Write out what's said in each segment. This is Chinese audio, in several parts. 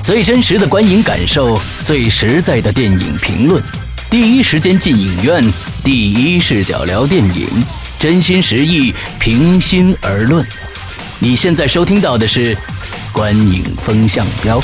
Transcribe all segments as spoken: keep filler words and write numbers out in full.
最真实的观影感受，最实在的电影评论，第一时间进影院，第一视角聊电影，真心实意，平心而论。你现在收听到的是观影风向标。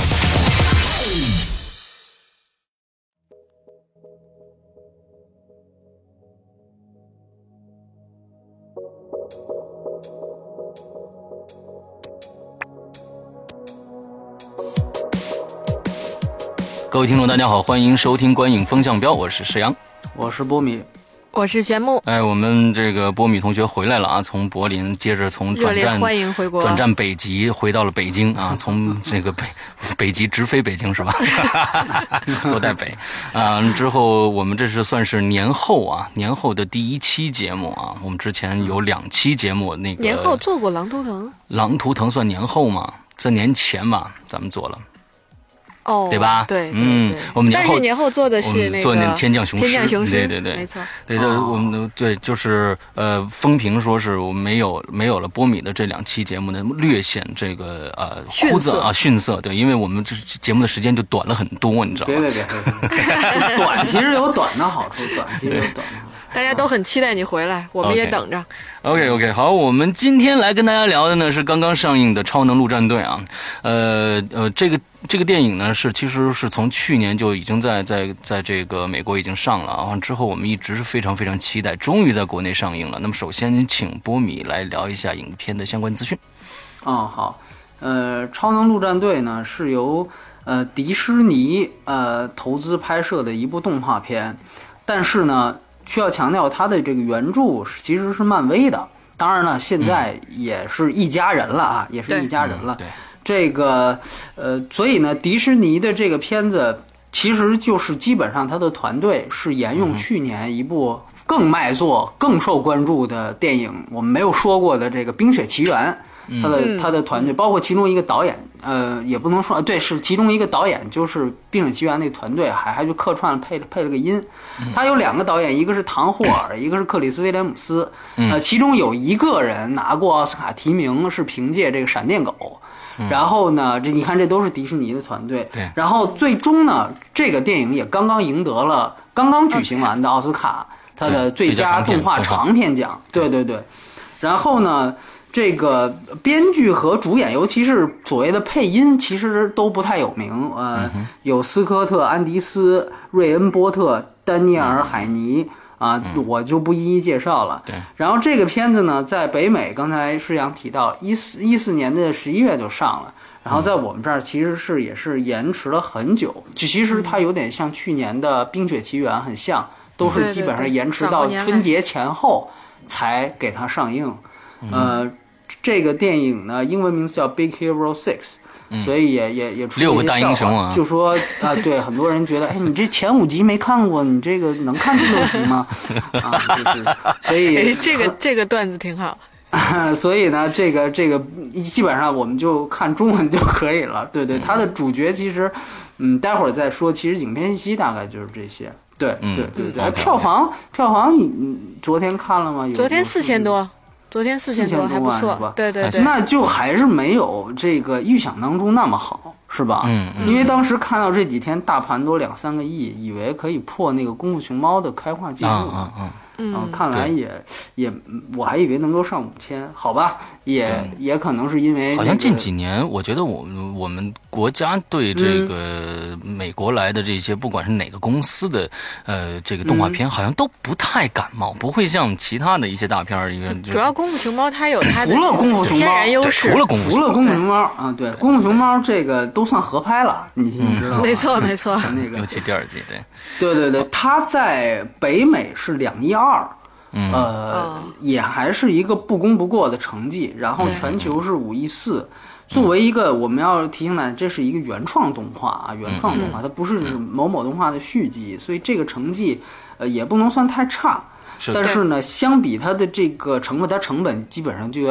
各位听众大家好，欢迎收听观影风向标，我是石阳， 我是波米， 我是玄木。 哎，我们这个波米同学回来了啊，从柏林接着从转战欢迎回国， 转战北极回到了北京啊，从这个北北极直飞北京是吧？多带北啊！之后我们这是算是年后啊，年后的第一期节目啊。我们之前有两期节目，那个年后做过狼图腾， 狼图腾算年后吗？在年前嘛，咱们做了。 哦， 对吧？ 对，对嗯， 对我们年后但是年后做的是那个做那天降雄狮， 天降雄狮， 对对对， 没错， 对对，我们对就是呃，风评说是我们没有没有了波米的这两期节目呢，略显这个呃枯燥啊逊色，对，因为我们这节目的时间就短了很多，你知道吗？ 别别别，短其实有短的好处，短其实有短的好处。 大家都很期待你回来，我们也等着。 OK OK， 好，我们今天来跟大家聊的呢是刚刚上映的《超能陆战队》啊，呃呃，这个这个电影呢是其实是从去年就已经在在在这个美国已经上了啊，之后我们一直是非常非常期待，终于在国内上映了。那么首先请波米来聊一下影片的相关资讯。 哦，好，呃，《超能陆战队》呢是由呃迪士尼呃投资拍摄的一部动画片，但是呢。需要强调，它的这个原著其实是漫威的，当然了，现在也是一家人了啊，嗯、也是一家人了。 对， 这个呃，所以呢，迪士尼的这个片子其实就是基本上它的团队是沿用去年一部更卖座、更受关注的电影，我们没有说过的这个《冰雪奇缘》。他的他的团队包括其中一个导演，呃，也不能说对，是其中一个导演，就是《冰雪奇缘》那个团队，还还就客串了配了配了个音。他有两个导演，一个是唐霍尔，一个是克里斯威廉姆斯。呃，其中有一个人拿过奥斯卡提名，是凭借这个《闪电狗》。然后呢，这你看这都是迪士尼的团队。 对。 然后最终呢，这个电影也刚刚赢得了刚刚举行完的奥斯卡它的最佳动画长片奖。对对对。然后呢？这个编剧和主演，尤其是所谓的配音，其实都不太有名。呃，嗯、有斯科特·安迪斯、瑞恩·波特、丹尼尔·海尼啊、嗯，我就不一一介绍了。 对。然后这个片子呢，在北美，刚才施阳提到，一四一四年的十一月就上了，然后在我们这儿其实是也是延迟了很久。其实它有点像去年的《冰雪奇缘》，很像，都是基本上延迟到春节前后才给它上映。 嗯、 呃。这个电影呢，英文名字叫《Big Hero Six》，嗯，所以也也也出六个大英雄啊， 就说啊、呃，对，很多人觉得，哎，你这前五集没看过，你这个能看第六集吗？啊，就是，所以、 哎、这个这个段子挺好。 所以呢，这个这个基本上我们就看中文就可以了。对对，它的主角其实，嗯，待会儿再说。其实影片信息大概就是这些。对对对对，嗯、票房票房你你昨天看了吗？有昨天四千多。昨天四千多还不错，对对对， 那就还是没有这个预想当中那么好，是吧？ 嗯嗯。 因为当时看到这几天大盘都两三个亿，以为可以破那个《功夫熊猫》的开画记录啊啊啊！ 嗯，看来也也，我还以为能够上五千，好吧，也也可能是因为、那个、 好像近几年，我觉得我们我们国家对这个美国来的这些，嗯、不管是哪个公司的呃这个动画片，嗯、好像都不太感冒，不会像其他的一些大片儿一个。 主要功夫熊猫它有它的除了功夫熊猫天然优势， 除了功夫除了功夫熊猫啊，对，功夫熊猫这个都算合拍了，你听知道吗？ 没错没错， 那个尤其第二季，对， 对对对，它在北美是两亿二。 嗯、 呃、 哦， 也还是一个不功不过的成绩，然后全球是五亿四。作为一个，我们要提醒大家，这是一个原创动画啊，原创动画，它不是某某动画的续集，所以这个成绩，呃，也不能算太差。但是呢，相比它的这个成本，它成本基本上就要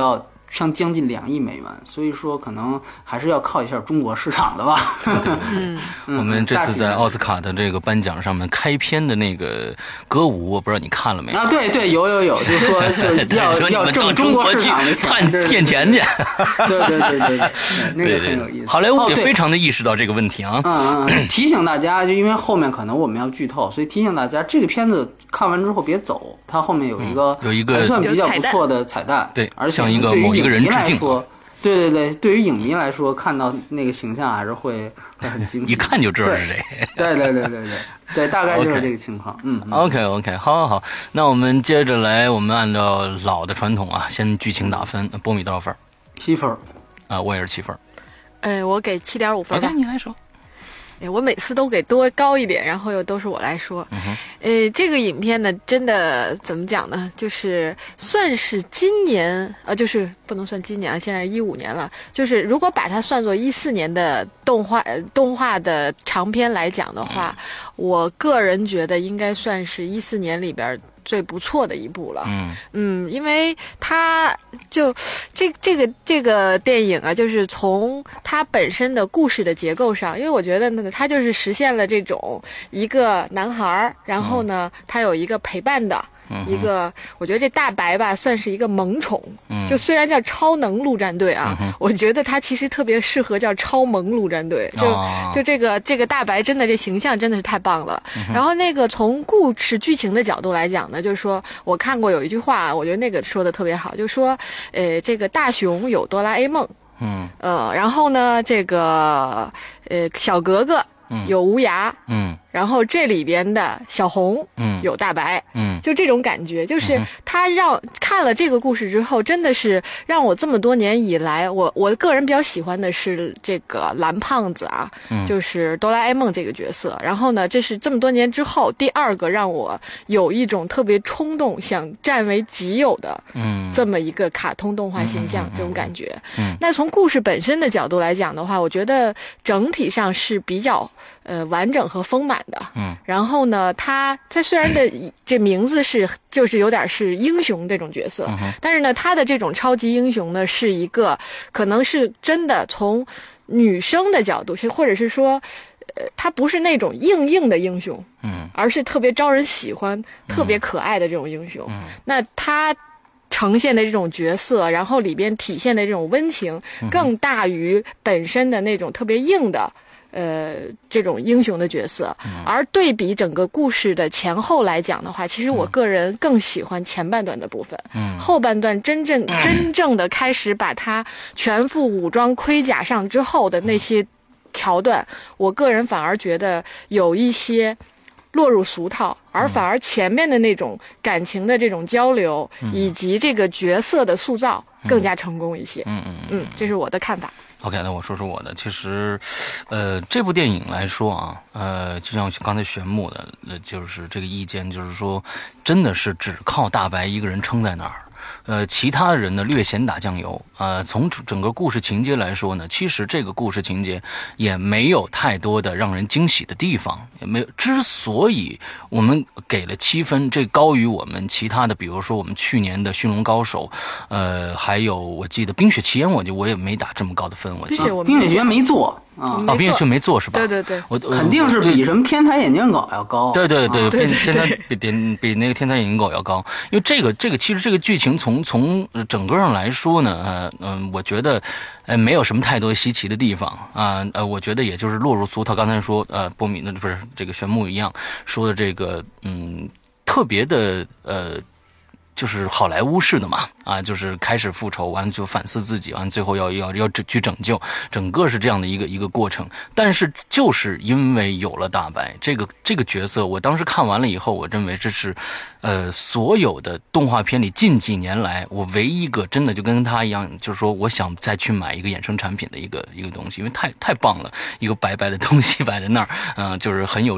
像将近两亿美元，所以说可能还是要靠一下中国市场的吧。 嗯，我们这次在奥斯卡的这个颁奖上面开篇的那个歌舞，我不知道你看了没有啊？对对，有有有，就说就要要挣中国市场的钱，骗钱去。 对对对对对，那个很有意思。 好莱坞也非常的意识到这个问题啊。 嗯嗯，提醒大家，就因为后面可能我们要剧透，所以提醒大家，这个片子看完之后别走，它后面有一个有一个还算比较不错的彩蛋， 对， 而且向一个某一个人致敬。 对对对，对于影迷来说，看到那个形象还是会会很惊喜， 一看就知道是谁。 对对对对对对，大概就是这个情况。嗯 ，OK OK， 好好好，那我们接着来，我们按照老的传统啊，先剧情打分。波米多少分？ 七分。 啊，我也是七分。 哎，我给七点五分吧。 OK， 你来说。 哎，我每次都给多高一点，然后又都是我来说。 嗯哼。 呃，这个影片呢，真的怎么讲呢？就是算是今年，呃，就是不能算今年了，现在一五年了。就是如果把它算作一四年的动画、呃、动画的长片来讲的话，嗯、我个人觉得应该算是一四年里边最不错的一部了。 嗯嗯，因为它就这这个这个电影啊，就是从它本身的故事的结构上，因为我觉得呢，它就是实现了这种一个男孩，然后呢，嗯、他有一个陪伴的。一个，我觉得这大白吧，算是一个萌宠。 嗯， 就虽然叫超能陆战队啊， 嗯、 我觉得它其实特别适合叫超萌陆战队。就、哦、就这个这个大白，真的这形象真的是太棒了。 嗯、 然后那个从故事剧情的角度来讲呢，就是说我看过有一句话，我觉得那个说的特别好，就是说，呃，这个大雄有哆啦 A 梦， 嗯， 呃，然后呢，这个呃小格格有无涯， 嗯。 然后这里边的小红， 嗯， 有大白， 嗯， 就这种感觉，就是他让看了这个故事之后，真的是让我这么多年以来，我我个人比较喜欢的是这个蓝胖子啊， 嗯， 就是哆啦 A 梦这个角色。然后呢，这是这么多年之后第二个让我有一种特别冲动想占为己有的， 嗯， 这么一个卡通动画形象， 嗯、 这种感觉。 嗯， 那从故事本身的角度来讲的话，我觉得整体上是比较呃完整和丰满的， 嗯， 然后呢，他他虽然的这名字是就是有点是英雄这种角色， 嗯、 但是呢，他的这种超级英雄呢，是一个可能是真的从女生的角度，或者是说，呃，他不是那种硬硬的英雄， 嗯， 而是特别招人喜欢、特别可爱的这种英雄。 嗯， 那他呈现的这种角色，然后里边体现的这种温情，更大于本身的那种特别硬的。呃，这种英雄的角色，而对比整个故事的前后来讲的话，其实我个人更喜欢前半段的部分。 嗯， 后半段真正、嗯、真正的开始把他全副武装盔甲上之后的那些桥段，我个人反而觉得有一些落入俗套，而反而前面的那种感情的这种交流， 嗯、 以及这个角色的塑造更加成功一些。 嗯嗯嗯，这是我的看法。 OK， 那我说说我的。其实，呃，这部电影来说啊，呃，就像刚才玄牧的，呃，就是这个意见，就是说，真的是只靠大白一个人撑在那儿。呃，其他的人呢略显打酱油。呃，从整个故事情节来说呢，其实这个故事情节也没有太多的让人惊喜的地方，也没有。之所以我们给了七分，这高于我们其他的，比如说我们去年的《驯龙高手》，呃，还有我记得《冰雪奇缘》，我就我也没打这么高的分。我记得 《冰雪奇缘》没做。啊， 哦，冰雪奇缘没做是吧？ 对对对， 我肯定是比什么天才眼镜狗要高。 对对对， 啊、 比天才比比比那个天才眼镜狗要高，因为这个这个其实这个剧情从从整个上来说呢，呃嗯、呃，我觉得呃没有什么太多稀奇的地方啊，呃，我觉得也就是落入俗套。刚才说呃波米那不是这个玄牧一样说的这个嗯特别的呃。就是好莱坞式的嘛，啊，就是开始复仇，完了就反思自己，完了最后要要要去拯救，整个是这样的一个一个过程。但是就是因为有了大白这个这个角色，我当时看完了以后，我认为这是，呃，所有的动画片里近几年来我唯一一个真的就跟他一样，就是说我想再去买一个衍生产品的一个一个东西，因为太太棒了，一个白白的东西摆在那儿，嗯、呃，就是很有。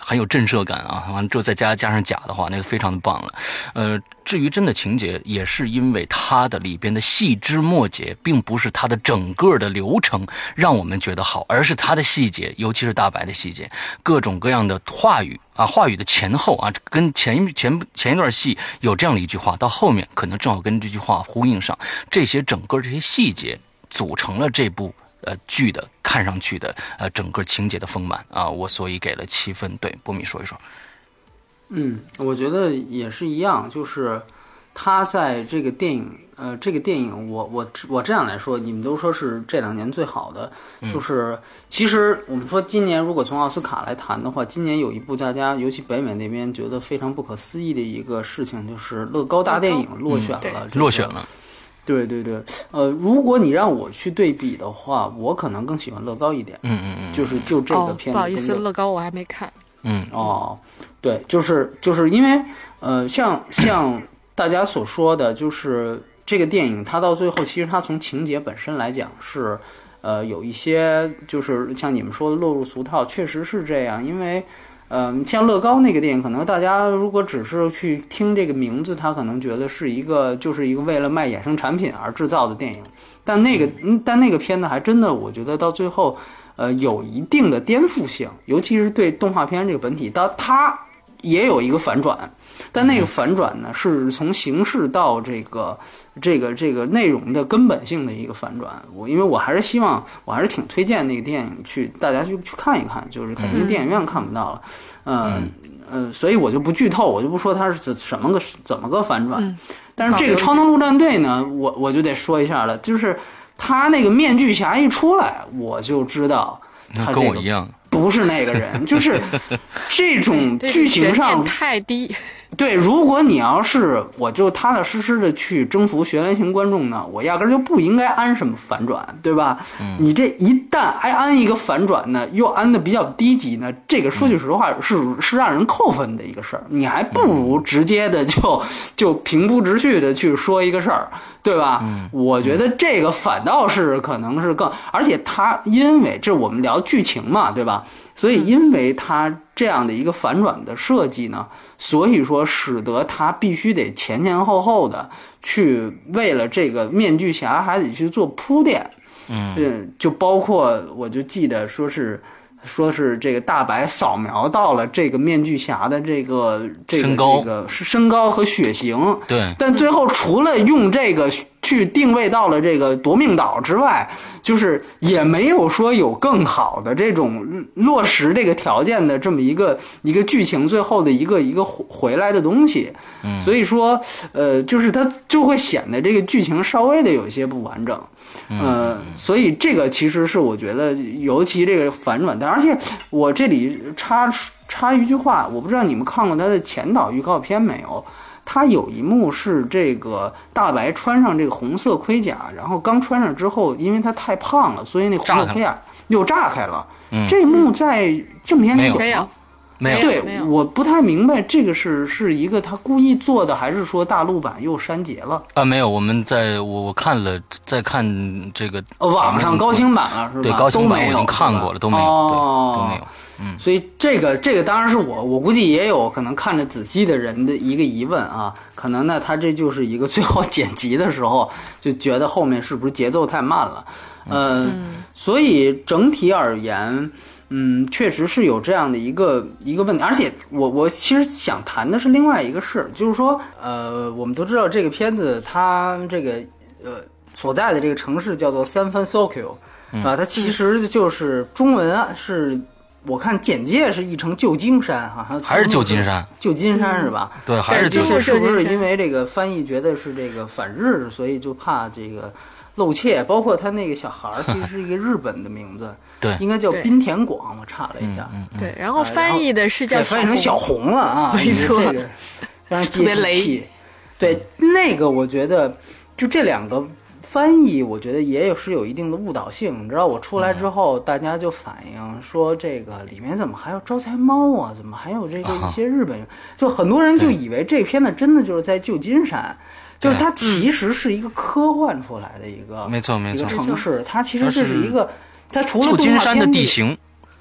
很有震慑感啊，完了之后再加加上假的话，那个非常的棒了。呃，至于真的情节，也是因为它的里边的细枝末节，并不是它的整个的流程让我们觉得好，而是它的细节，尤其是大白的细节，各种各样的话语啊，话语的前后啊，跟前一前前一段戏有这样的一句话，到后面可能正好跟这句话呼应上，这些整个这些细节组成了这部。呃，剧的看上去的呃整个情节的丰满啊，我所以给了七分。对，波米说一说。 嗯，我觉得也是一样，就是他在这个电影，呃，这个电影我，我我我这样来说，你们都说是这两年最好的，就是其实我们说今年如果从奥斯卡来谈的话，今年有一部大家尤其北美那边觉得非常不可思议的一个事情，就是乐高大电影落选了， 嗯这个、 落选了。 对对对，呃，如果你让我去对比的话，我可能更喜欢乐高一点。 嗯嗯嗯， 就是就这个片子、 哦。不好意思，乐高我还没看。 嗯哦，对，就是就是因为呃，像像大家所说的，就是这个电影它到最后，其实它从情节本身来讲是呃有一些就是像你们说的落入俗套，确实是这样，因为。嗯，像乐高那个电影，可能大家如果只是去听这个名字，他可能觉得是一个就是一个为了卖衍生产品而制造的电影。但那个，嗯，但那个片子还真的，我觉得到最后，呃，有一定的颠覆性，尤其是对动画片这个本体，它它也有一个反转，但那个反转呢，是从形式到这个这个这个内容的根本性的一个反转。我因为我还是希望，我还是挺推荐那个电影去大家去去看一看，就是肯定电影院看不到了，嗯呃，所以我就不剧透，我就不说它是什么个怎么个反转。 嗯、 但是这个超能陆战队呢，我我就得说一下了，就是他那个面具侠一出来，我就知道他、这个、 跟我一样。 不是那个人，就是这种剧情上太低。 对，如果你要是我就踏踏实实的去征服学员型观众呢，我压根就不应该安什么反转，对吧？ 嗯、 你这一旦挨安一个反转呢，又安的比较低级呢，这个说句实话是、嗯、是让人扣分的一个事儿。你还不如直接的就就平铺直叙的去说一个事儿，对吧？ 嗯、 我觉得这个反倒是可能是更，而且他因为这我们聊剧情嘛，对吧？所以因为他这样的一个反转的设计呢，所以说使得他必须得前前后后的去为了这个面具侠还得去做铺垫。 嗯， 就包括我就记得说是说是这个大白扫描到了这个面具侠的这个这个身高这个是身高和血型， 对， 但最后除了用这个去定位到了这个夺命岛之外，就是也没有说有更好的这种落实这个条件的这么一个一个剧情最后的一个一个回来的东西。 嗯， 所以说呃就是它就会显得这个剧情稍微的有一些不完整。呃，所以这个其实是我觉得，尤其这个反转，但而且我这里插插一句话，我不知道你们看过他的前导预告片没有？他有一幕是这个大白穿上这个红色盔甲，然后刚穿上之后，因为他太胖了，所以那红色盔甲又炸开了。 嗯， 这一幕在正片里没有。 没有没有， 对，我不太明白这个是是一个他故意做的，还是说大陆版又删节了？ 啊，没有，我们在我我看了，在看这个网上高清版了是吧？ 对，高清版我已经看过了，都没有， 哦、 对，都没有。嗯， 所以这个这个当然是我我估计也有可能看着仔细的人的一个疑问啊，可能呢他这就是一个最后剪辑的时候就觉得后面是不是节奏太慢了，呃、嗯，所以整体而言。嗯，确实是有这样的一个一个问题，而且我我其实想谈的是另外一个事，就是说，呃，我们都知道这个片子它这个呃所在的这个城市叫做三藩 Tokyo 啊，它其实就是中文啊，是我看简介是译成旧金山哈，好像还是旧金山， 旧金山是吧？ 对，还是旧金山。是不是因为这个翻译觉得是这个反日，所以就怕这个露怯？包括他那个小孩其实是一个日本的名字。 对， 应该叫滨田广，我查了一下。 嗯嗯嗯、 对，然后翻译的是叫小翻译成小红了啊， 没错， 这个非常接地气。对，那个我觉得就这两个翻译，我觉得也有是有一定的误导性。你知道，我出来之后，嗯、大家就反映说，这个里面怎么还有招财猫啊？怎么还有这个一些日本人？啊、就很多人就以为这片子真的就是在旧金山。就是它其实是一个科幻出来的一个， 没错没错， 一个城市，它其实这是一个。它除了旧金山的地形，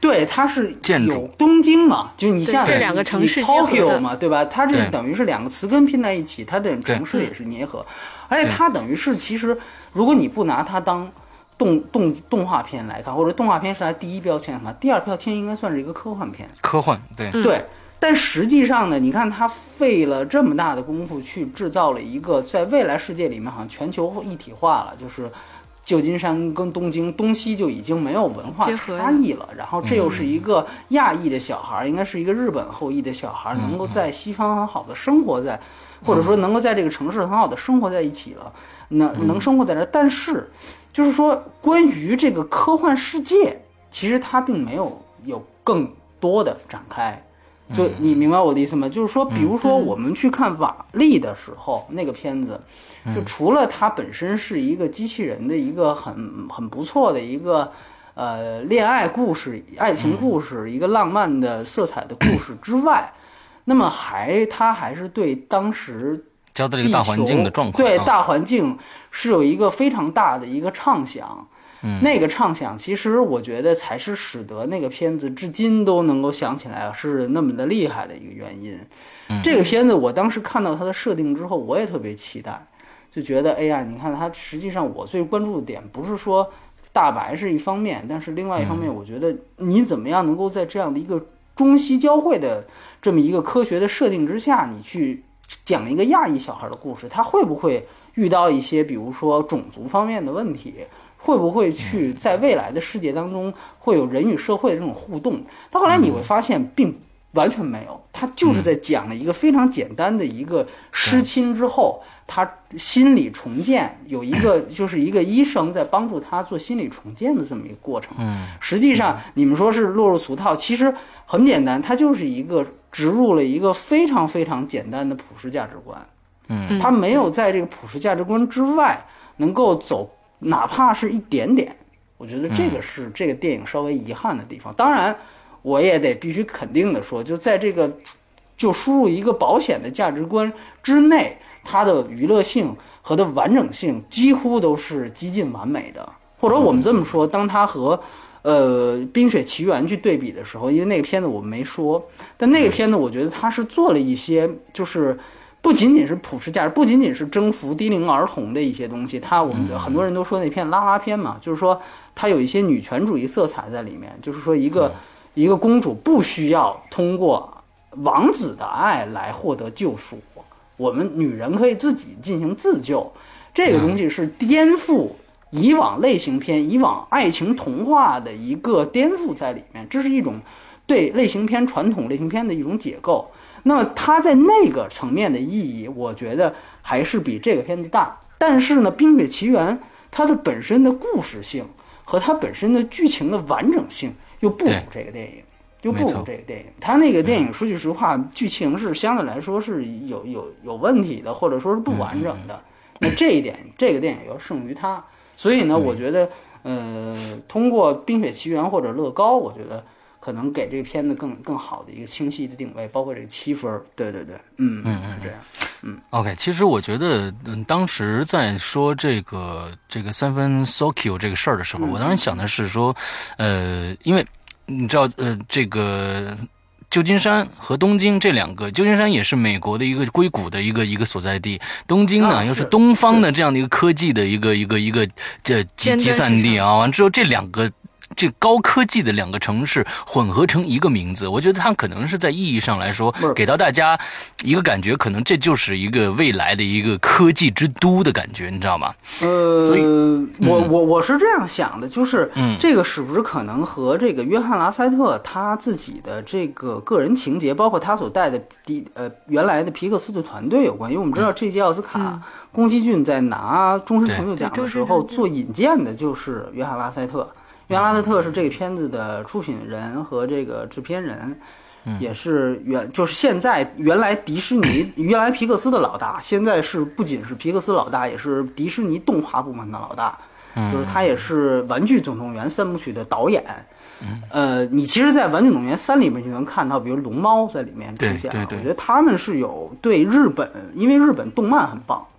对，它是建筑有东京嘛，就是你像这两个城市结合 Tokyo 嘛，对吧？它这对等于是两个词根拼在一起，它的城市也是捏合，而且它等于是其实，如果你不拿它当动动动画片来看，或者动画片是它第一标签嘛，第二标签应该算是一个科幻片。 科幻，对、 嗯、 对。但实际上呢，你看他费了这么大的功夫去制造了一个在未来世界里面好像全球一体化了，就是旧金山跟东京东西就已经没有文化差异了。然后这又是一个亚裔的小孩，应该是一个日本后裔的小孩，能够在西方很好的生活在，或者说能够在这个城市很好的生活在一起了，能能生活在这。但是就是说，关于这个科幻世界，其实它并没有有更多的展开。就你明白我的意思吗？就是说，比如说我们去看瓦力的时候，那个片子，就除了它本身是一个机器人的一个很很不错的一个呃恋爱故事、爱情故事，一个浪漫的色彩的故事之外，那么还它还是对当时交代了一个大环境的状况， 对大环境是有一个非常大的一个畅想。 嗯， 那个畅想，其实我觉得才是使得那个片子至今都能够想起来是那么的厉害的一个原因。 嗯， 这个片子我当时看到它的设定之后，我也特别期待，就觉得哎呀，你看它实际上我最关注的点不是说大白是一方面，但是另外一方面，我觉得你怎么样能够在这样的一个中西交汇的这么一个科学的设定之下，你去讲一个亚裔小孩的故事，他会不会遇到一些比如说种族方面的问题？会不会去在未来的世界当中会有人与社会的这种互动？到后来你会发现并完全没有，他就是在讲了一个非常简单的一个失亲之后，他心理重建，有一个就是一个医生在帮助他做心理重建的这么一个过程。 嗯， 实际上你们说是落入俗套，其实很简单，它就是一个植入了一个非常非常简单的普世价值观。 嗯， 他没有在这个普世价值观之外能够走。哪怕是一点点，我觉得这个是这个电影稍微遗憾的地方。当然，我也得必须肯定的说，就在这个就输入一个保险的价值观之内，它的娱乐性和的完整性几乎都是接近完美的。或者我们这么说，当它和呃《冰雪奇缘》去对比的时候，因为那个片子我们没说，但那个片子我觉得它是做了一些就是。不仅仅是普世价值，不仅仅是征服低龄儿童的一些东西，它我们很多人都说那片拉拉片嘛，就是说它有一些女权主义色彩在里面，就是说一个、嗯、一个公主不需要通过王子的爱来获得救赎，我们女人可以自己进行自救，这个东西是颠覆以往类型片、以往爱情童话的一个颠覆在里面，这是一种对类型片传统类型片的一种解构。那么它在那个层面的意义，我觉得还是比这个片子大。但是呢，《冰雪奇缘》它的本身的故事性和它本身的剧情的完整性又不如这个电影，又不如这个电影。它那个电影说句实话，剧情是相对来说是有有有问题的，或者说是不完整的。那这一点，这个电影要胜于它。所以呢，我觉得，呃，通过《冰雪奇缘》或者乐高，我觉得。可能给这个片子更更好的一个清晰的定位，包括这个七分，对对对，嗯嗯是这样，嗯。 OK， 其实我觉得，嗯，当时在说这个这个三分 Sokyo 这个事儿的时候，嗯、我当时想的是说，呃，因为你知道，呃，这个旧金山和东京这两个，旧金山也是美国的一个硅谷的一个一个所在地，东京呢、啊、又是东方的这样的一个科技的一个一个一个这集集散地啊，完之后这两个。这高科技的两个城市混合成一个名字，我觉得它可能是在意义上来说，给到大家一个感觉，可能这就是一个未来的一个科技之都的感觉，你知道吗？ 呃， 所以， 嗯、我我我是这样想的，就是这个是不是可能和这个约翰拉塞特他自己的这个个人情节，包括他所带的第呃原来的皮克斯的团队有关？因为我们知道这届奥斯卡。嗯宫崎骏在拿终身成就奖的时候做引荐的就是约翰拉塞特。约翰拉塞特是这个片子的出品人和这个制片人，嗯、也是原就是现在原来迪士尼原来皮克斯的老大，现在是不仅是皮克斯老大，也是迪士尼动画部门的老大。嗯、就是他也是《玩具总动员》三部曲的导演。嗯、呃，你其实，在《玩具总动员三》里面就能看到，比如龙猫在里面出现。 对对对， 我觉得他们是有对日本，因为日本动漫很棒。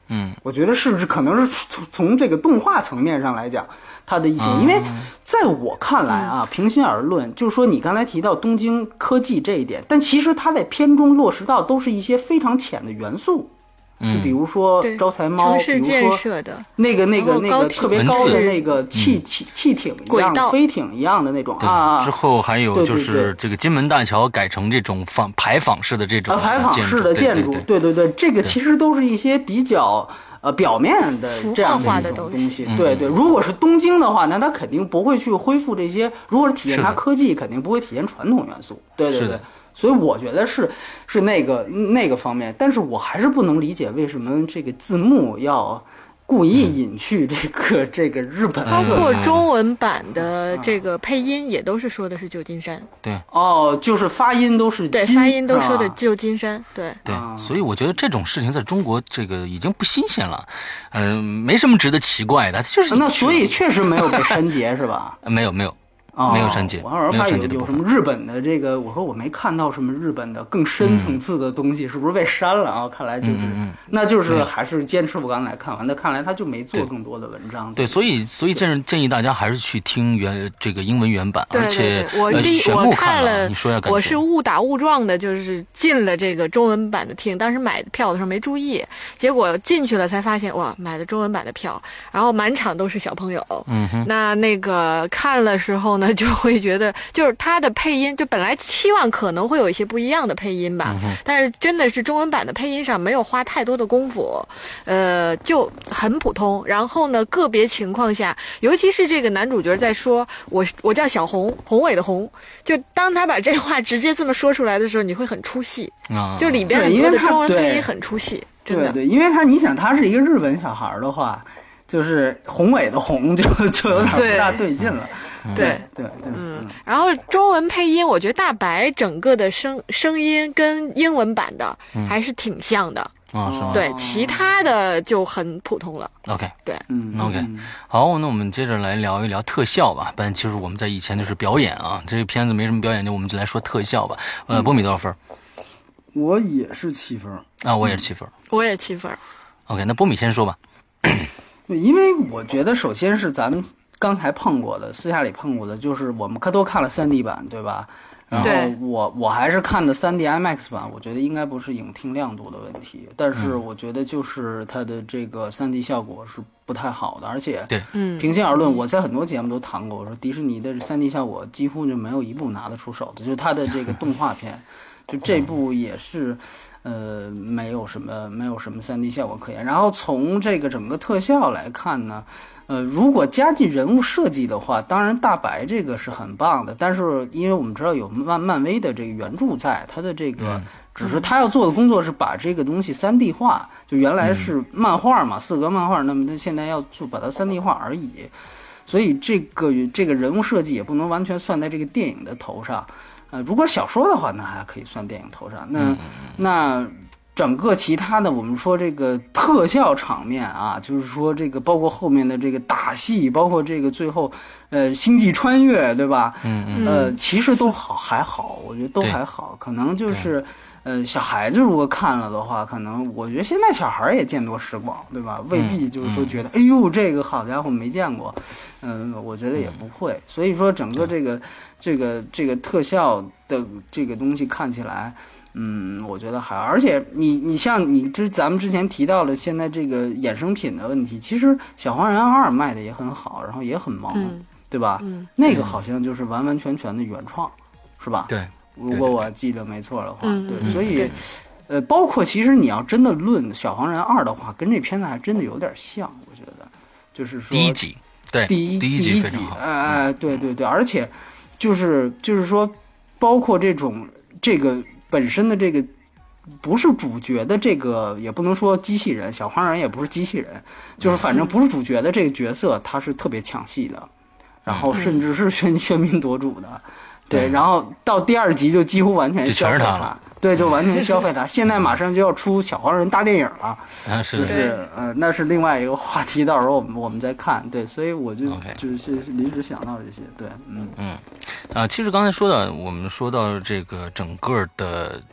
嗯， 我觉得是可能是从从这个动画层面上来讲，它的一种， 嗯、 因为在我看来啊，平心而论，就是说你刚才提到东京科技这一点，但其实它在片中落实到都是一些非常浅的元素。就比如说招财猫， 城市建设的那个那个那个特别高的那个汽汽汽艇一样、飞艇一样的那种啊。 之后还有就是这个金门大桥改成这种仿牌坊式的这种牌坊式的建筑，对对对，这个其实都是一些比较呃表面的这样的一种东西。对对，如果是东京的话，那它肯定不会去恢复这些；如果是体现它科技，肯定不会体现传统元素。对对对。所以我觉得是是那个那个方面，但是我还是不能理解为什么这个字幕要故意隐去这个、嗯、这个日本， 包括中文版的这个配音也都是说的是旧金山。 对， 哦，就是发音都是对，发音都说的旧金山。对对，所以我觉得这种事情在中国这个已经不新鲜了，嗯、呃，没什么值得奇怪的，就是那所以确实没有被删节是吧？ 没有没有。哦、没有删节， 我还怕有有什么日本的这个，我说我没看到什么日本的更深层次的东西，嗯、是不是被删了啊？看来就是， 嗯嗯、 那就是还是坚持我刚才看完的，看来他就没做更多的文章。 对，所以所以建建议大家还是去听原这个英文原版， 对而且我第、 呃、 我看了， 你说要感觉我是误打误撞的，就是进了这个中文版的厅，当时买票的时候没注意，结果进去了才发现哇，买的中文版的票，然后满场都是小朋友， 嗯哼， 那那个看了时候呢，就会觉得。就是它的配音，就本来期望可能会有一些不一样的配音吧， 嗯、 但是真的是中文版的配音上没有花太多的功夫，呃，就很普通。然后呢，个别情况下，尤其是这个男主角在说我我叫小红，宏伟的宏，就当他把这话直接这么说出来的时候，你会很出戏， 啊、 就里边很多的中文配音很出戏，真的。 对对，因为他你想他是一个日本小孩的话，就是宏伟的宏就就有点不大对劲了。 对对对， 嗯，然后中文配音，我觉得大白整个的声声音跟英文版的还是挺像的啊，是吗？ 对，其他的就很普通了。 OK， 对， 嗯 ，OK， 好，那我们接着来聊一聊特效吧。但其实我们在以前就是表演啊，这个片子没什么表演，就我们就来说特效吧。呃，波米多少分？ 我也是七分啊，我也是七分， 我也七分。 OK， 那波米先说吧。 因为我觉得首先是咱们。刚才碰过的，私下里碰过的，就是我们可都看了 三 D 版，对吧？然后我我还是看的 三 D IMAX 版，我觉得应该不是影厅亮度的问题，但是我觉得就是它的这个 三 D 效果是不太好的，而且对， 嗯， 平心而论，我在很多节目都谈过，我说迪士尼的 三 D 效果几乎就没有一部拿得出手的，就是它的这个动画片，就这部也是。呃，没有什么，没有什么 三 D 效果可言。然后从这个整个特效来看呢，呃，如果加进人物设计的话，当然大白这个是很棒的。但是因为我们知道有漫漫威的这个原著在，它的这个只是他要做的工作是把这个东西 三 D 化，就原来是漫画嘛，四格漫画，那么他现在要做把它 三 D 化而已。所以这个这个人物设计也不能完全算在这个电影的头上。呃，如果小说的话，那还可以算电影头上。那、嗯、那整个其他的，我们说这个特效场面啊，就是说这个包括后面的这个打戏，包括这个最后，呃，星际穿越，对吧？ 嗯嗯。 呃，其实都好，还好，我觉得都还好。可能就是，呃，小孩子如果看了的话，可能我觉得现在小孩也见多识广，对吧？未必就是说觉得，嗯、哎呦，这个好家伙没见过。嗯、呃，我觉得也不会。所以说，整个这个。这个这个特效的这个东西看起来，嗯，我觉得还，而且你你像你之咱们之前提到了现在这个衍生品的问题，其实《小黄人二》卖的也很好，然后也很萌， 嗯、 对吧？ 嗯， 那个好像就是完完全全的原创，是吧？ 对， 如果我记得没错的话， 嗯、 对，所以，呃，包括其实你要真的论《小黄人二》的话，跟这片子还真的有点像，我觉得，就是说第一集，对， 第一第一集非常好， 哎哎、呃，对对对，而且。就是就是说，包括这种这个本身的这个不是主角的这个，也不能说机器人，小黄人也不是机器人，就是反正不是主角的这个角色，他是特别抢戏的，然后甚至是喧喧宾夺主的，对，然后到第二集就几乎完全消费他，对，就完全消费他。现在马上就要出小黄人大电影了， 啊，是的，就是呃，那是另外一个话题，到时候我们我们再看。对，所以我就 okay. 就是临时想到这些，对，嗯嗯，啊，其实刚才说到我们说到这个整个的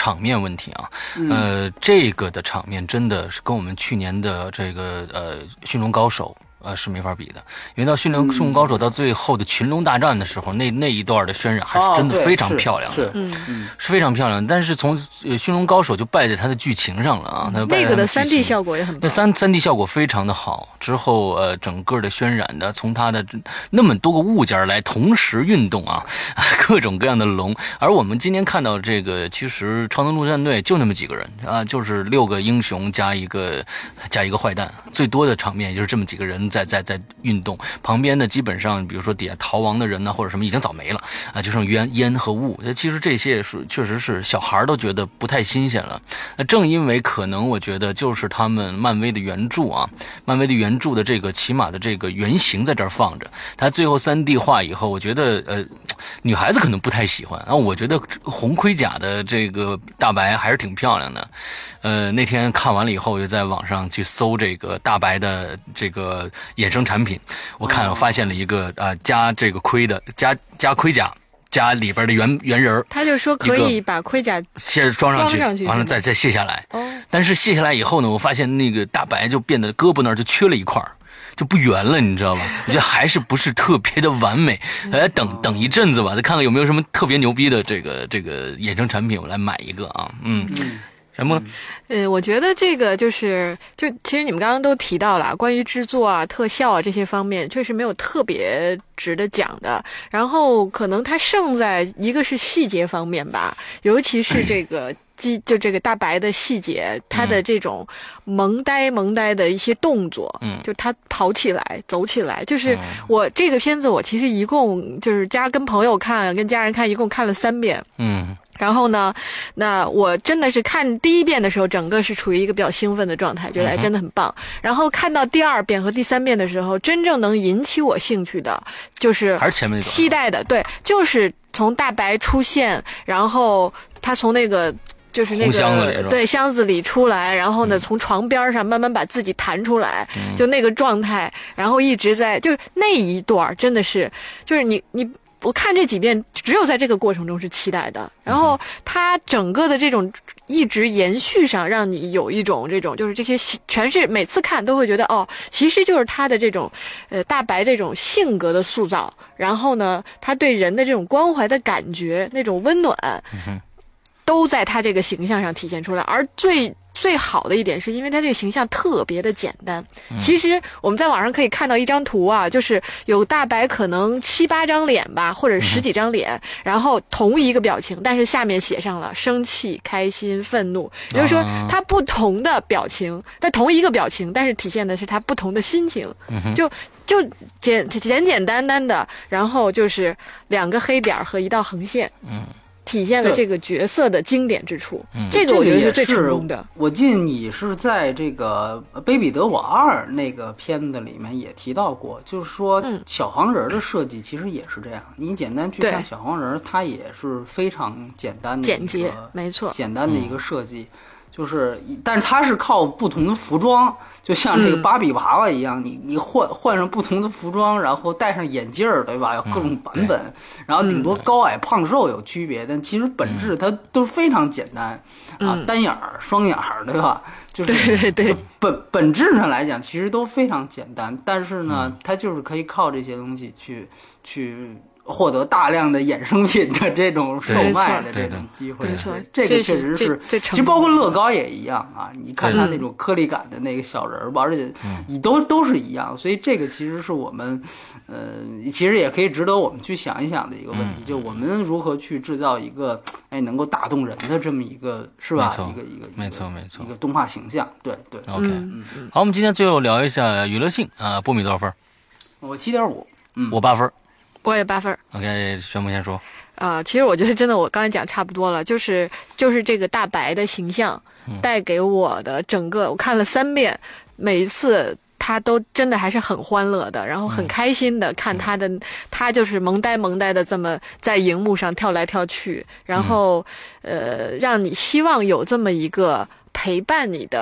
场面问题啊，呃，这个的场面真的是跟我们去年的这个呃《驯龙高手》。呃，是没法比的，因为到驯龙驯龙高手到最后的群龙大战的时候，那那一段的渲染还是真的非常漂亮的， 哦、是是、 嗯、是非常漂亮。但是从呃驯龙高手就败在它的剧情上了啊，它败在它的剧情那个的三 D 效果也很棒， 那三三 D 效果非常的好。之后呃，整个的渲染的，从它的那么多个物件来同时运动啊，各种各样的龙。而我们今天看到这个，其实超能陆战队就那么几个人啊，就是六个英雄加一个加一个坏蛋，最多的场面也就是这么几个人。在在在运动，旁边的基本上，比如说底下逃亡的人呢，或者什么已经早没了啊，就剩烟烟和雾。其实这些是确实是小孩都觉得不太新鲜了。那正因为可能我觉得就是他们漫威的原著啊，漫威的原著的这个起码的这个原型在这儿放着，他最后 三 D 化以后，我觉得呃女孩子可能不太喜欢啊。我觉得红盔甲的这个大白还是挺漂亮的。呃，那天看完了以后，就在网上去搜这个大白的这个衍生产品，我看我发现了一个呃加这个盔的加加盔甲加里边的原原人， 他就说可以把盔甲先装上去， 上去完了再再卸下来。 哦， 但是卸下来以后呢，我发现那个大白就变得胳膊那儿就缺了一块，就不圆了，你知道吧？我觉得还是不是特别的完美。来等等一阵子吧，再看看有没有什么特别牛逼的这个这个衍生产品，我来买一个啊。嗯。嗯什么？ 呃，我觉得这个就是，就其实你们刚刚都提到了，关于制作啊、特效啊这些方面，确实没有特别值得讲的。然后可能它胜在一个是细节方面吧，尤其是这个机，就这个大白的细节，它的这种萌呆萌呆的一些动作，嗯，就它跑起来、走起来，就是我这个片子，我其实一共就是加跟朋友看、跟家人看，一共看了三遍，嗯。然后呢，那我真的是看第一遍的时候，整个是处于一个比较兴奋的状态，觉得哎真的很棒。然后看到第二遍和第三遍的时候，真正能引起我兴趣的，就是还是前面那期待的，对，就是从大白出现，然后他从那个。就是那个箱子对箱子里出来，然后呢、嗯、从床边上慢慢把自己弹出来、嗯、就那个状态，然后一直在就是那一段真的是就是你你我看这几遍只有在这个过程中是期待的，然后它整个的这种一直延续上让你有一种这种就是这些全是每次看都会觉得哦其实就是他的这种呃大白这种性格的塑造，然后呢他对人的这种关怀的感觉那种温暖、嗯都在他这个形象上体现出来，而最最好的一点是因为他这个形象特别的简单、嗯、其实我们在网上可以看到一张图啊，就是有大白可能七八张脸吧，或者十几张脸、嗯、然后同一个表情，但是下面写上了生气、开心、愤怒，也就是说他不同的表情但同一个表情，但是体现的是他不同的心情、嗯、就就简简简单单的，然后就是两个黑点和一道横线，嗯，体现了这个角色的经典之处，这个我觉得是最成功的。 我记得你是在这个《卑鄙得我二》那个片子里面也提到过，就是说小黄人的设计其实也是这样。嗯、你简单去看小黄人，它也是非常简单的、 简洁，没错， 简单的一个设计。嗯就是，但是它是靠不同的服装，就像这个芭比娃娃一样，嗯、你你换换上不同的服装，然后戴上眼镜儿，对吧？有各种版本，嗯、然后顶多高矮胖瘦有区别，嗯、但其实本质它都非常简单、嗯、啊，单眼儿、双眼儿，对吧？就是对对对， 本本质上来讲，其实都非常简单，但是呢，嗯、它就是可以靠这些东西去去。获得大量的衍生品的这种售卖的这种机会， 没错， 这个确实是，其实包括乐高也一样啊。你看它那种颗粒感的那个小人吧，而且你都都是一样，所以这个其实是我们，呃，其实也可以值得我们去想一想的一个问题，就我们如何去制造一个哎能够打动人的这么一个是吧？一个一个没错没错一个动画形象，对对。 OK，嗯嗯，好，我们今天最后聊一下娱乐性啊，波米多少分？ 我七点五，嗯， 我八分。 我也八分。 OK， 宣布先说啊、呃，其实我觉得真的我刚才讲差不多了，就是就是这个大白的形象带给我的整个、嗯、我看了三遍，每一次他都真的还是很欢乐的，然后很开心的看他的、嗯、他就是萌呆萌呆的这么在荧幕上跳来跳去，然后、嗯、呃让你希望有这么一个陪伴你的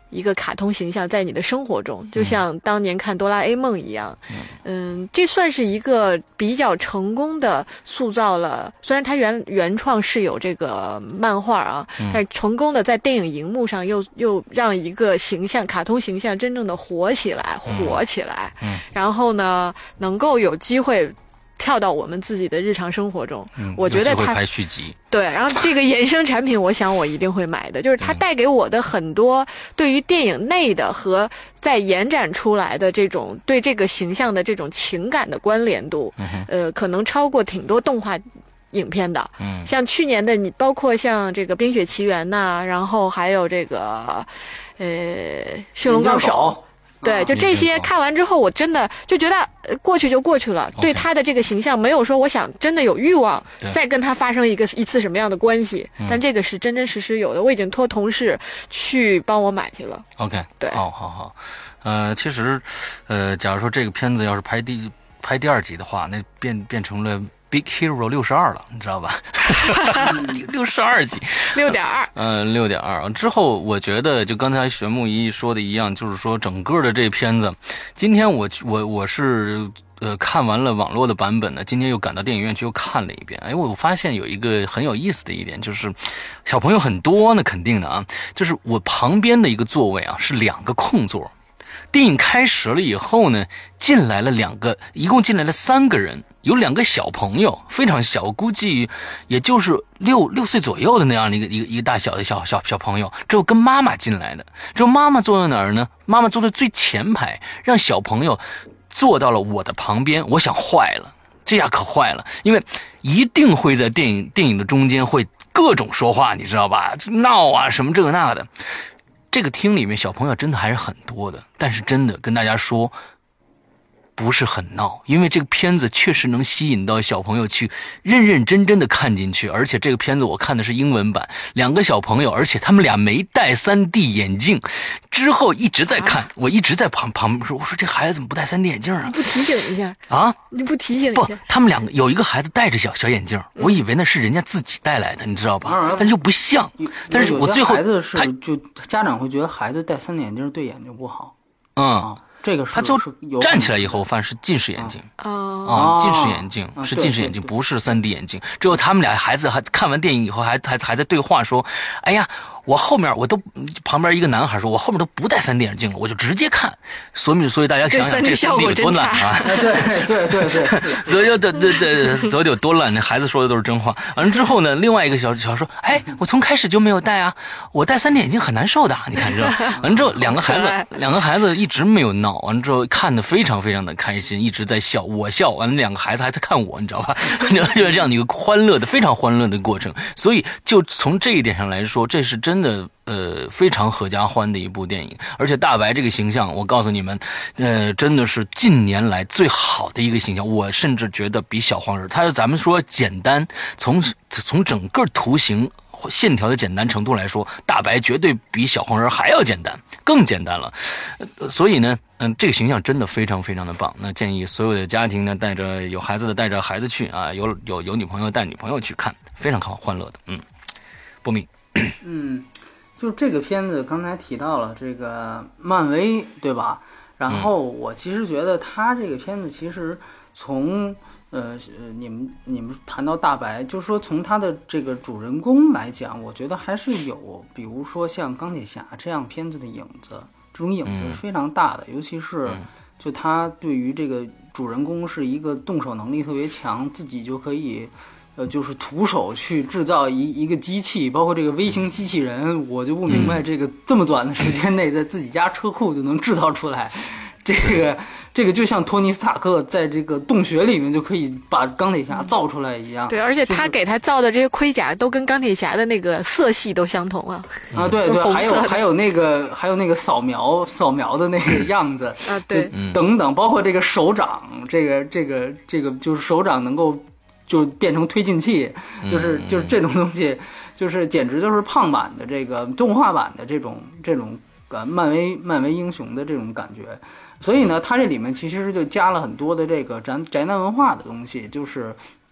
一个卡通形象在你的生活中，就像当年看哆啦 A 梦一样。嗯，这算是一个比较成功的塑造了，虽然它原原创是有这个漫画啊，但是成功的在电影荧幕上又又让一个形象卡通形象真正的活起来火起来。 嗯， 然后呢能够有机会跳到我们自己的日常生活中。 嗯， 我觉得它拍续集。 对，然后这个衍生产品我想我一定会买的，就是它带给我的很多对于电影内的和在延展出来的这种对这个形象的这种情感的关联度， 嗯、 呃可能超过挺多动画影片的。 嗯， 像去年的你包括像这个冰雪奇缘呐、啊，然后还有这个呃驯龙高手，对，就这些看完之后，我真的就觉得过去就过去了， Okay. 对他的这个形象没有说我想真的有欲望再跟他发生一个一次什么样的关系，但这个是真真实实有的，我已经托同事去帮我买去了。 OK， 对， 好好好。呃，其实呃，假如说这个片子要是拍第拍第二集的话，那变变成了Big Hero 六十二了，你知道吧？六十二集， 六点二， 嗯，六点二。之后我觉得，就刚才玄木一说的一样，就是说整个的这片子，今天我我我是呃看完了网络的版本呢，今天又赶到电影院去又看了一遍。哎，我发现有一个很有意思的一点，就是小朋友很多呢，肯定的啊，就是我旁边的一个座位啊是两个空座。电影开始了以后呢，进来了两个，一共进来了三个人，有两个小朋友，非常小，我估计也就是六六岁左右的那样的一个一个一个大小的小小小朋友，只有跟妈妈进来的，只有妈妈坐在哪儿呢？妈妈坐在最前排，让小朋友坐到了我的旁边，我想坏了，这下可坏了，因为一定会在电影电影的中间会各种说话，你知道吧？闹啊什么这个那个的。这个厅里面小朋友真的还是很多的，但是真的跟大家说不是很闹，因为这个片子确实能吸引到小朋友去认认真真的看进去，而且这个片子我看的是英文版，两个小朋友，而且他们俩没戴 三 D 眼镜，之后一直在看，啊、我一直在旁旁边说，我说这孩子怎么不戴 三 D 眼镜啊？ 你不提醒一下啊？ 你不提醒一下？ 不，他们两个有一个孩子戴着小小眼镜，嗯、我以为那是人家自己带来的，你知道吧？嗯、但是又不像。但是我最后孩子是就家长会觉得孩子戴 三 D 眼镜对眼睛不好。 嗯。 啊这个是他就站起来以后，发现是近视眼镜啊、 哦，近视眼镜、啊、是近视眼镜，不是 三 D 眼镜。只有他们俩孩子还看完电影以后还，还还还在对话说：“哎呀，我后面我都旁边一个男孩说，我后面都不戴 三 D 眼镜了，我就直接看。”所以所以大家想想这 三 D 有多烂啊！ 对对对对， 所以对对对，所以有多烂？那孩子说的都是真话。完了之后呢，另外一个小小说：“哎，我从开始就没有戴啊，我戴 三 D 眼镜很难受的，你看这。”完了之后，两个孩子两个孩子一直没有闹。完了之后看得非常非常的开心，一直在笑，我笑，完了两个孩子还在看我，你知道吧？就是这样的一个欢乐的非常欢乐的过程。所以就从这一点上来说，这是真的呃非常合家欢的一部电影。而且大白这个形象，我告诉你们，呃真的是近年来最好的一个形象。我甚至觉得比小黄人，他咱们说简单，从从整个图形线条的简单程度来说，大白绝对比小黄人还要简单，更简单了。呃、所以呢，嗯，这个形象真的非常非常的棒。那建议所有的家庭呢，带着有孩子的带着孩子去啊，有有有女朋友带女朋友去看，非常好欢乐的。嗯，波米， 嗯，就这个片子刚才提到了这个漫威，对吧？然后我其实觉得他这个片子其实从呃，你们你们谈到大白，就是说从他的这个主人公来讲，我觉得还是有，比如说像钢铁侠这样片子的影子，这种影子是非常大的，嗯、尤其是就他对于这个主人公是一个动手能力特别强，自己就可以，呃，就是徒手去制造一一个机器，包括这个微型机器人，我就不明白这个这么短的时间内在自己家车库就能制造出来。这个这个就像托尼斯塔克在这个洞穴里面就可以把钢铁侠造出来一样。 对，而且他给他造的这些盔甲都跟钢铁侠的那个色系都相同啊。 啊，对对，还有还有那个还有那个扫描扫描的那个样子啊，对， 等等，包括这个手掌，这个这个这个就是手掌能够就变成推进器，就是就是这种东西，就是简直就是胖版的这个动画版的这种这种呃漫威漫威英雄的这种感觉。所以呢，它这里面其实就加了很多的这个宅宅男文化的东西，就是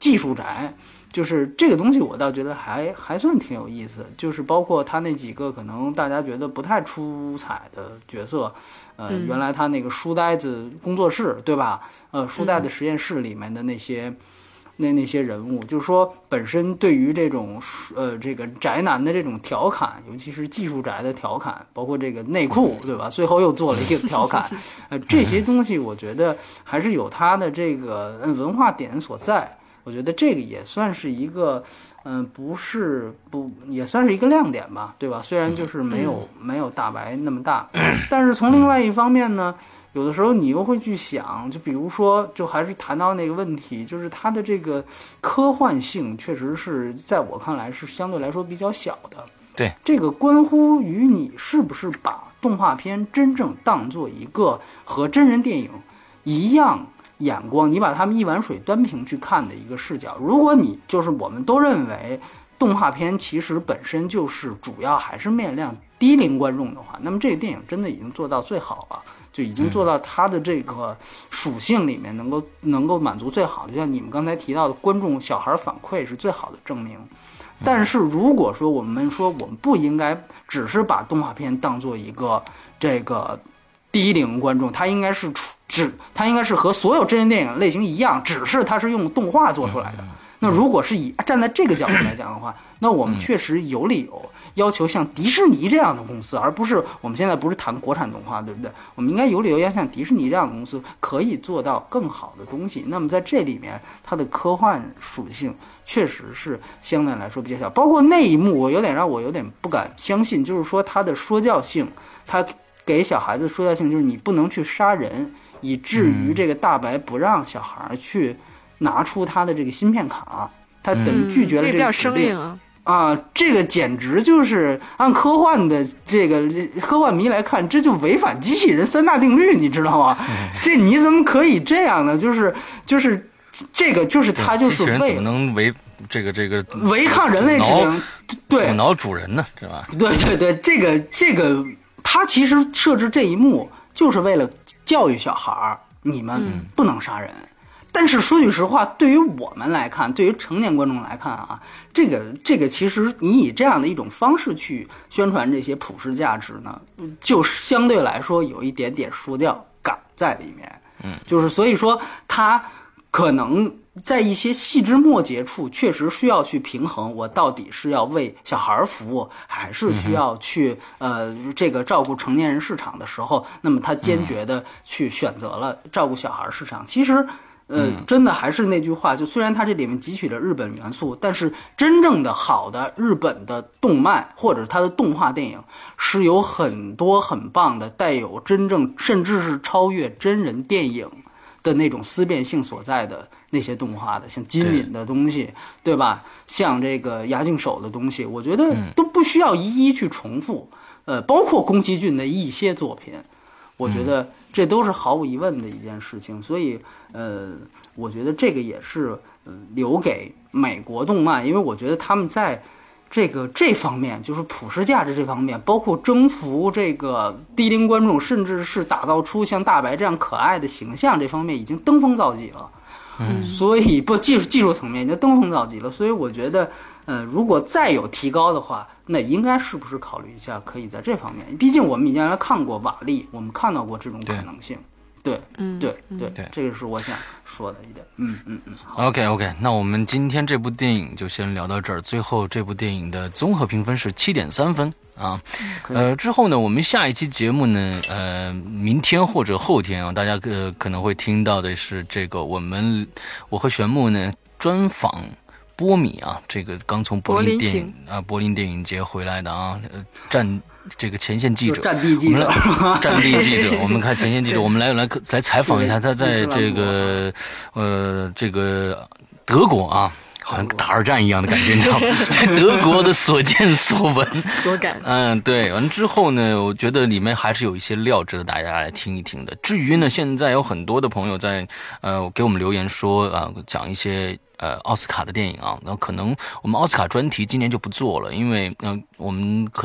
技术宅。就是这个东西，我倒觉得还还算挺有意思。就是包括他那几个可能大家觉得不太出彩的角色，呃， 嗯、 原来他那个书呆子工作室，对吧？呃，书呆子实验室里面的那些、嗯、那那些人物，就是说本身对于这种呃这个宅男的这种调侃，尤其是技术宅的调侃，包括这个内裤，对吧？最后又做了一个调侃，呃，这些东西我觉得还是有它的这个文化点所在。我觉得这个也算是一个，嗯、呃，不是不也算是一个亮点吧，对吧？虽然就是没有、嗯、没有大白那么大，但是从另外一方面呢，有的时候你又会去想，就比如说，就还是谈到那个问题，就是它的这个科幻性，确实是在我看来是相对来说比较小的。 对， 这个关乎于你是不是把动画片真正当做一个和真人电影一样。眼光，你把他们一碗水端平去看的一个视角。如果你就是我们都认为动画片其实本身就是主要还是面向低龄观众的话，那么这个电影真的已经做到最好了，就已经做到它的这个属性里面能够能够满足最好的。就像你们刚才提到的，观众小孩反馈是最好的证明。但是如果说我们说我们不应该只是把动画片当做一个这个低龄观众，它应该是出。只它应该是和所有真人电影类型一样，只是它是用动画做出来的。那如果是以站在这个角度来讲的话，那我们确实有理由要求像迪士尼这样的公司，而不是我们现在不是谈国产动画，对不对？我们应该有理由要像迪士尼这样的公司可以做到更好的东西。那么在这里面，它的科幻属性确实是相对来说比较小，包括那一幕，我有点让我有点不敢相信，就是说它的说教性，它给小孩子说教性，就是你不能去杀人。以至于这个大白不让小孩去拿出他的这个芯片卡，他等于拒绝了这个指令、嗯、啊！这个简直就是按科幻的这个科幻迷来看，这就违反机器人三大定律，你知道吗？这你怎么可以这样呢？就是就是这个就是他就是为机器人怎么能违这个这个违抗人类指令？对， 阻挠主人呢，是吧？ 对对对，这个这个他其实设置这一幕就是为了教育小孩，你们不能杀人。嗯、但是说句实话，对于我们来看，对于成年观众来看啊，这个这个其实你以这样的一种方式去宣传这些普世价值呢，就相对来说有一点点说教感在里面。 嗯， 就是所以说他可能在一些细枝末节处确实需要去平衡，我到底是要为小孩服务，还是需要去、嗯、呃这个照顾成年人市场的时候，那么他坚决的去选择了照顾小孩市场。其实呃，真的还是那句话，就虽然它这里面汲取了日本元素，但是真正的好的日本的动漫或者它的动画电影是有很多很棒的，带有真正甚至是超越真人电影的那种思辨性所在的那些动画的，像金敏的东西， 对, 对吧？像这个押井守的东西，我觉得都不需要一一去重复。呃，包括宫崎骏的一些作品，我觉得这都是毫无疑问的一件事情。所以，呃，我觉得这个也是呃留给美国动漫，因为我觉得他们在这个这方面，就是普世价值这方面，包括征服这个低龄观众，甚至是打造出像大白这样可爱的形象这方面，已经登峰造极了。 嗯， 所以不技术技术层面已经登峰造极了。所以我觉得，呃，如果再有提高的话，那应该是不是考虑一下，可以在这方面？毕竟我们以前来看过瓦力，我们看到过这种可能性。对， 嗯， 对对对， 这个是我想说的一点。嗯嗯嗯。 OK OK， 那我们今天这部电影就先聊到这儿。最后这部电影的综合评分是七点三分啊。呃，之后呢，我们下一期节目呢，呃，明天或者后天啊，大家呃可能会听到的是这个我们我和玄牧呢专访波米啊，这个刚从柏林电影啊柏林电影节回来的啊，呃战。这个前线记者， 战地记者， 战地记者，我们看前线记者，我们来来来采访一下他在这个呃这个德国啊，好像打二战一样的感觉，你知道吗？在德国的所见所闻所感。 嗯，对。完之后呢，我觉得里面还是有一些料值得大家来听一听的。至于呢，现在有很多的朋友在呃给我们留言说啊、呃，讲一些。呃，奥斯卡的电影啊，那可能我们奥斯卡专题今年就不做了，因为嗯、呃，我们可能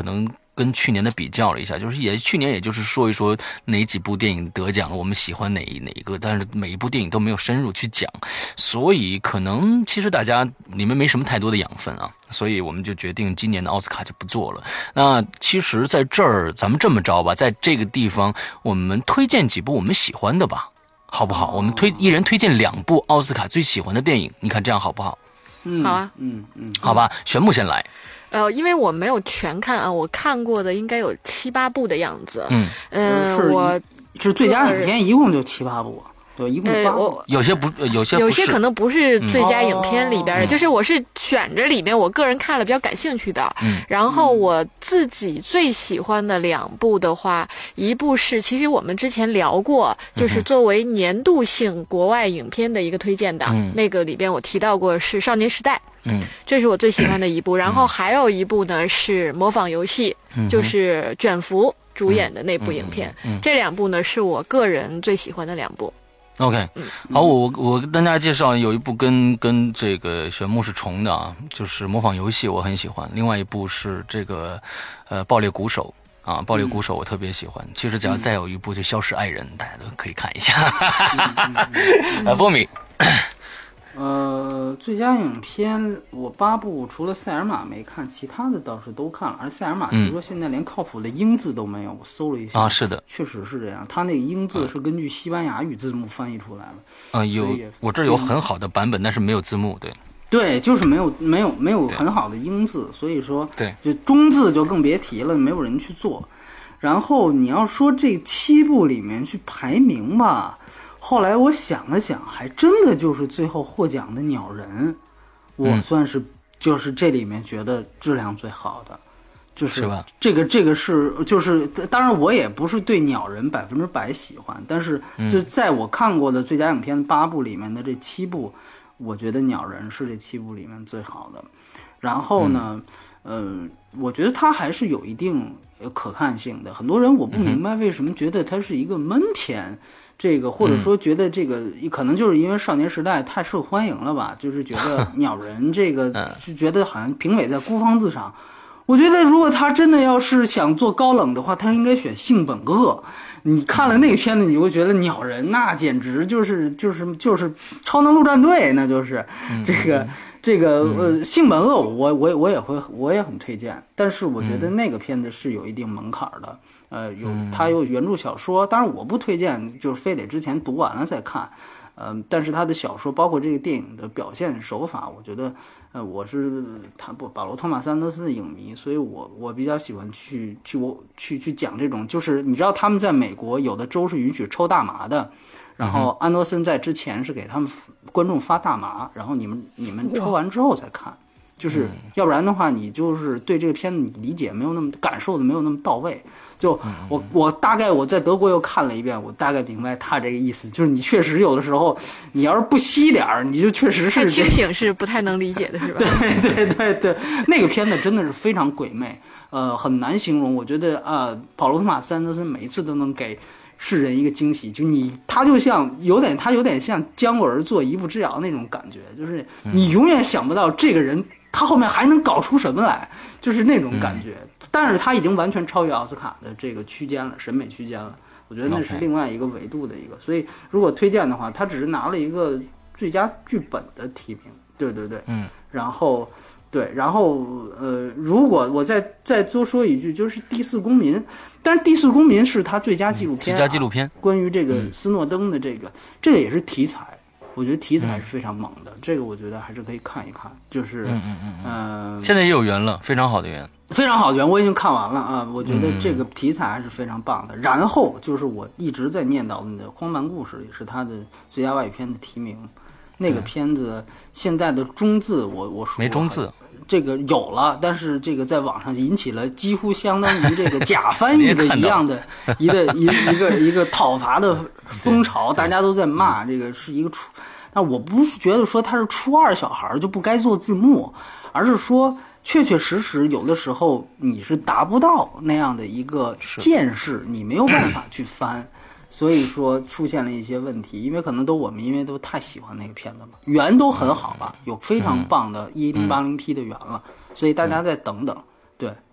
跟去年的比较了一下，就是也去年也就是说一说哪几部电影得奖了，我们喜欢哪哪一个，但是每一部电影都没有深入去讲，所以可能其实大家里面没什么太多的养分啊，所以我们就决定今年的奥斯卡就不做了。那其实在这儿咱们这么着吧，在这个地方我们推荐几部我们喜欢的吧，好不好？我们推一人推荐两部奥斯卡最喜欢的电影，你看这样好不好？ 嗯， 好啊， 嗯嗯， 好吧，玄木先来。 呃，因为我没有全看啊，我看过的应该有七八部的样子。 嗯， 呃， 是我是最佳影片一共就七八部，对，一共呃， 八部。 我有些不，有些不是有些可能不是最佳影片里边的， 嗯就是我是选着里面我个人看了比较感兴趣的。 嗯， 然后我自己最喜欢的两部的话，一部是其实我们之前聊过，就是作为年度性国外影片的一个推荐的， 嗯那个里边我提到过是《少年时代》。 嗯， 这是我最喜欢的一部，然后还有一部呢是《模仿游戏》， 嗯， 就是卷福主演的那部影片。 嗯嗯嗯嗯这两部呢是我个人最喜欢的两部。 OK，好，我我跟大家介绍有一部跟跟这个玄木是重的啊，就是模仿游戏我很喜欢，另外一部是这个呃爆裂鼓手啊，爆裂鼓手我特别喜欢。其实只要再有一部就消失爱人，大家都可以看一下。啊，波米。 呃，最佳影片我八部除了塞尔玛没看，其他的倒是都看了。而塞尔玛据说现在连靠谱的英字都没有，我搜了一下啊，是的， 确实是这样。他那个英字是根据西班牙语字幕翻译出来的。 嗯、呃，有我这有很好的版本，但是没有字幕，对。 对，就是没有没有没有很好的英字，所以说对， 就中字就更别提了，没有人去做。然后你要说这七部里面去排名吧。后来我想了想，还真的就是最后获奖的鸟人，我算是就是这里面觉得质量最好的，就是这个这个是就是当然我也不是对鸟人百分之百喜欢，但是就在我看过的最佳影片八部里面的这七部，我觉得鸟人是这七部里面最好的。然后呢，呃，我觉得它还是有一定可看性的。很多人我不明白为什么觉得它是一个闷片。这个或者说觉得这个可能就是因为少年时代太受欢迎了吧，就是觉得鸟人这个是觉得好像评委在孤芳自赏。我觉得如果他真的要是想做高冷的话，他应该选性本恶。你看了那个片子，你会觉得鸟人那简直就是就是就是超能陆战队，那就是这个这个呃性本恶，我我我也会我也很推荐。但是我觉得那个片子是有一定门槛的。呃，有它有原著小说，当然我不推荐，就是非得之前读完了再看。嗯、呃，但是他的小说包括这个电影的表现手法，我觉得，呃，我是他不保罗·托马斯·安德森的影迷，所以我我比较喜欢去去我去去讲这种，就是你知道他们在美国有的州是允许抽大麻的，然后安德森在之前是给他们观众发大麻，然后你们你们抽完之后再看。就是要不然的话，你就是对这个片子你理解没有那么感受的没有那么到位。就我我大概我在德国又看了一遍，我大概明白他这个意思，就是你确实有的时候你要是不吸点儿，你就确实是太清醒是不太能理解的，是吧？ 对对对对，那个片子真的是非常鬼魅，呃，很难形容。我觉得啊、呃，保罗·托马斯·安德森每一次都能给世人一个惊喜，就你他就像有点他有点像将我而做一步之遥那种感觉，就是你永远想不到这个人。他后面还能搞出什么来，就是那种感觉、嗯、但是他已经完全超越奥斯卡的这个区间了，审美区间了，我觉得那是另外一个维度的一个、okay. 所以如果推荐的话，他只是拿了一个最佳剧本的提名，对对对， 嗯， 然后对，然后呃，如果我再再多说一句，就是《第四公民》，但是《第四公民》是他最佳纪录片、啊， 最佳纪录片， 关于这个斯诺登的这个，嗯、这个也是题材。我觉得题材是非常猛的、嗯，这个我觉得还是可以看一看。就是，嗯嗯嗯，呃， 现在也有缘了，非常好的缘， 非常好的缘，我已经看完了啊。我觉得这个题材还是非常棒的。嗯、然后就是我一直在念叨的《荒蛮故事》，也是他的最佳外语片的提名。那个片子现在的中字我，我我说没中字。 这个有了，但是这个在网上引起了几乎相当于这个假翻译的一样的一个一一个一个讨伐的风潮，大家都在骂这个是一个初，但我不是觉得说他是初二小孩就不该做字幕，而是说确确实实有的时候你是达不到那样的一个见识，你没有办法去翻。所以说出现了一些问题，因为可能都我们因为都太喜欢那个片子嘛，缘都很好了，有非常棒的一零八零 P 的缘了，所以大家再等等。对，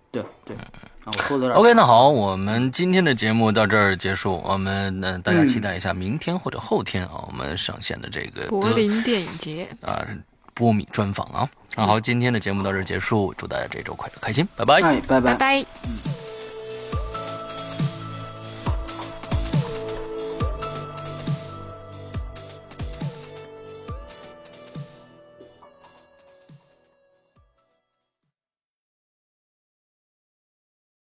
对对，啊，我说的有点 OK， 那好，我们今天的节目到这儿结束。我们呃，大家期待一下明天或者后天啊，我们上线的这个柏林电影节啊波米专访啊。那好，今天的节目到这儿结束，祝大家这周快乐开心，拜拜， 哎，拜拜拜拜。 嗯。